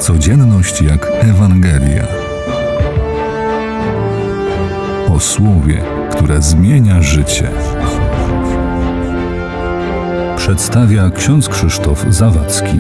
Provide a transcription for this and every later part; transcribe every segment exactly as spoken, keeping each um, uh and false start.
Codzienność jak Ewangelia. O słowie, które zmienia życie. Przedstawia ksiądz Krzysztof Zawadzki.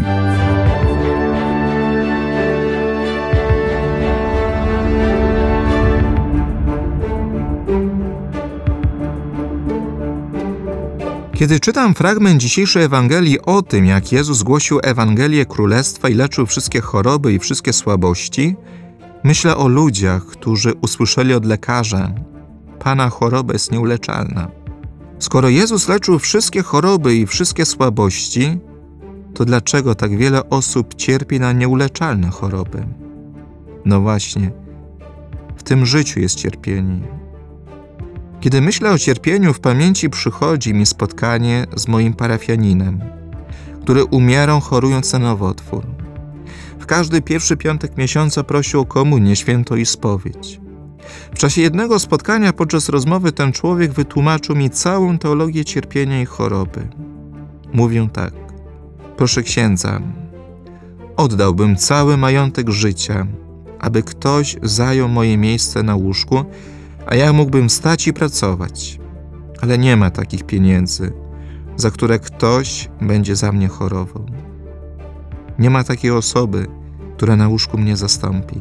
Kiedy czytam fragment dzisiejszej Ewangelii o tym, jak Jezus głosił Ewangelię Królestwa i leczył wszystkie choroby i wszystkie słabości, myślę o ludziach, którzy usłyszeli od lekarza: Pana choroba jest nieuleczalna. Skoro Jezus leczył wszystkie choroby i wszystkie słabości, to dlaczego tak wiele osób cierpi na nieuleczalne choroby? No właśnie, w tym życiu jest cierpienie. Kiedy myślę o cierpieniu, w pamięci przychodzi mi spotkanie z moim parafianinem, który umierał chorując na nowotwór. W każdy pierwszy piątek miesiąca prosił o komunię świętą i spowiedź. W czasie jednego spotkania podczas rozmowy ten człowiek wytłumaczył mi całą teologię cierpienia i choroby. Mówię tak: proszę księdza, oddałbym cały majątek życia, aby ktoś zajął moje miejsce na łóżku, a ja mógłbym stać i pracować, ale nie ma takich pieniędzy, za które ktoś będzie za mnie chorował. Nie ma takiej osoby, która na łóżku mnie zastąpi.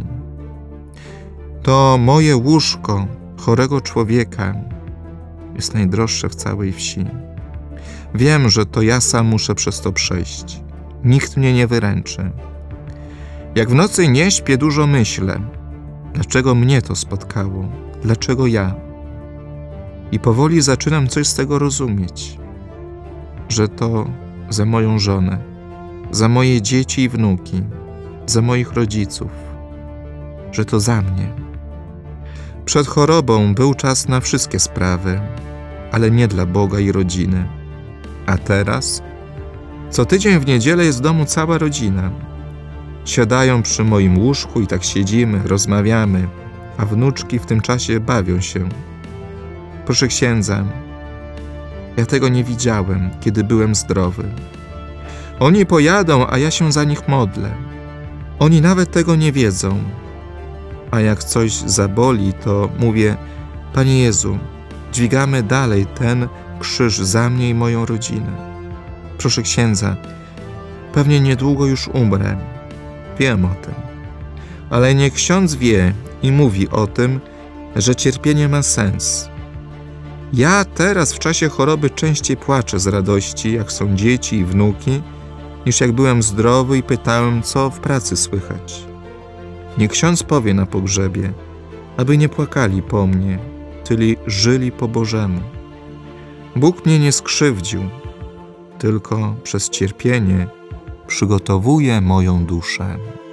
To moje łóżko chorego człowieka jest najdroższe w całej wsi. Wiem, że to ja sam muszę przez to przejść. Nikt mnie nie wyręczy. Jak w nocy nie śpię, dużo myślę, dlaczego mnie to spotkało. Dlaczego ja? I powoli zaczynam coś z tego rozumieć, że to za moją żonę, za moje dzieci i wnuki, za moich rodziców, że to za mnie. Przed chorobą był czas na wszystkie sprawy, ale nie dla Boga i rodziny. A teraz? Co tydzień w niedzielę jest w domu cała rodzina. Siadają przy moim łóżku i tak siedzimy, rozmawiamy, a wnuczki w tym czasie bawią się. Proszę księdza, ja tego nie widziałem, kiedy byłem zdrowy. Oni pojadą, a ja się za nich modlę. Oni nawet tego nie wiedzą. A jak coś zaboli, to mówię: Panie Jezu, dźwigamy dalej ten krzyż za mnie i moją rodzinę. Proszę księdza, pewnie niedługo już umrę. Wiem o tym. Ale niech ksiądz wie i mówi o tym, że cierpienie ma sens. Ja teraz w czasie choroby częściej płaczę z radości, jak są dzieci i wnuki, niż jak byłem zdrowy i pytałem, co w pracy słychać. Niech ksiądz powie na pogrzebie, aby nie płakali po mnie, czyli żyli po Bożemu. Bóg mnie nie skrzywdził, tylko przez cierpienie przygotowuje moją duszę.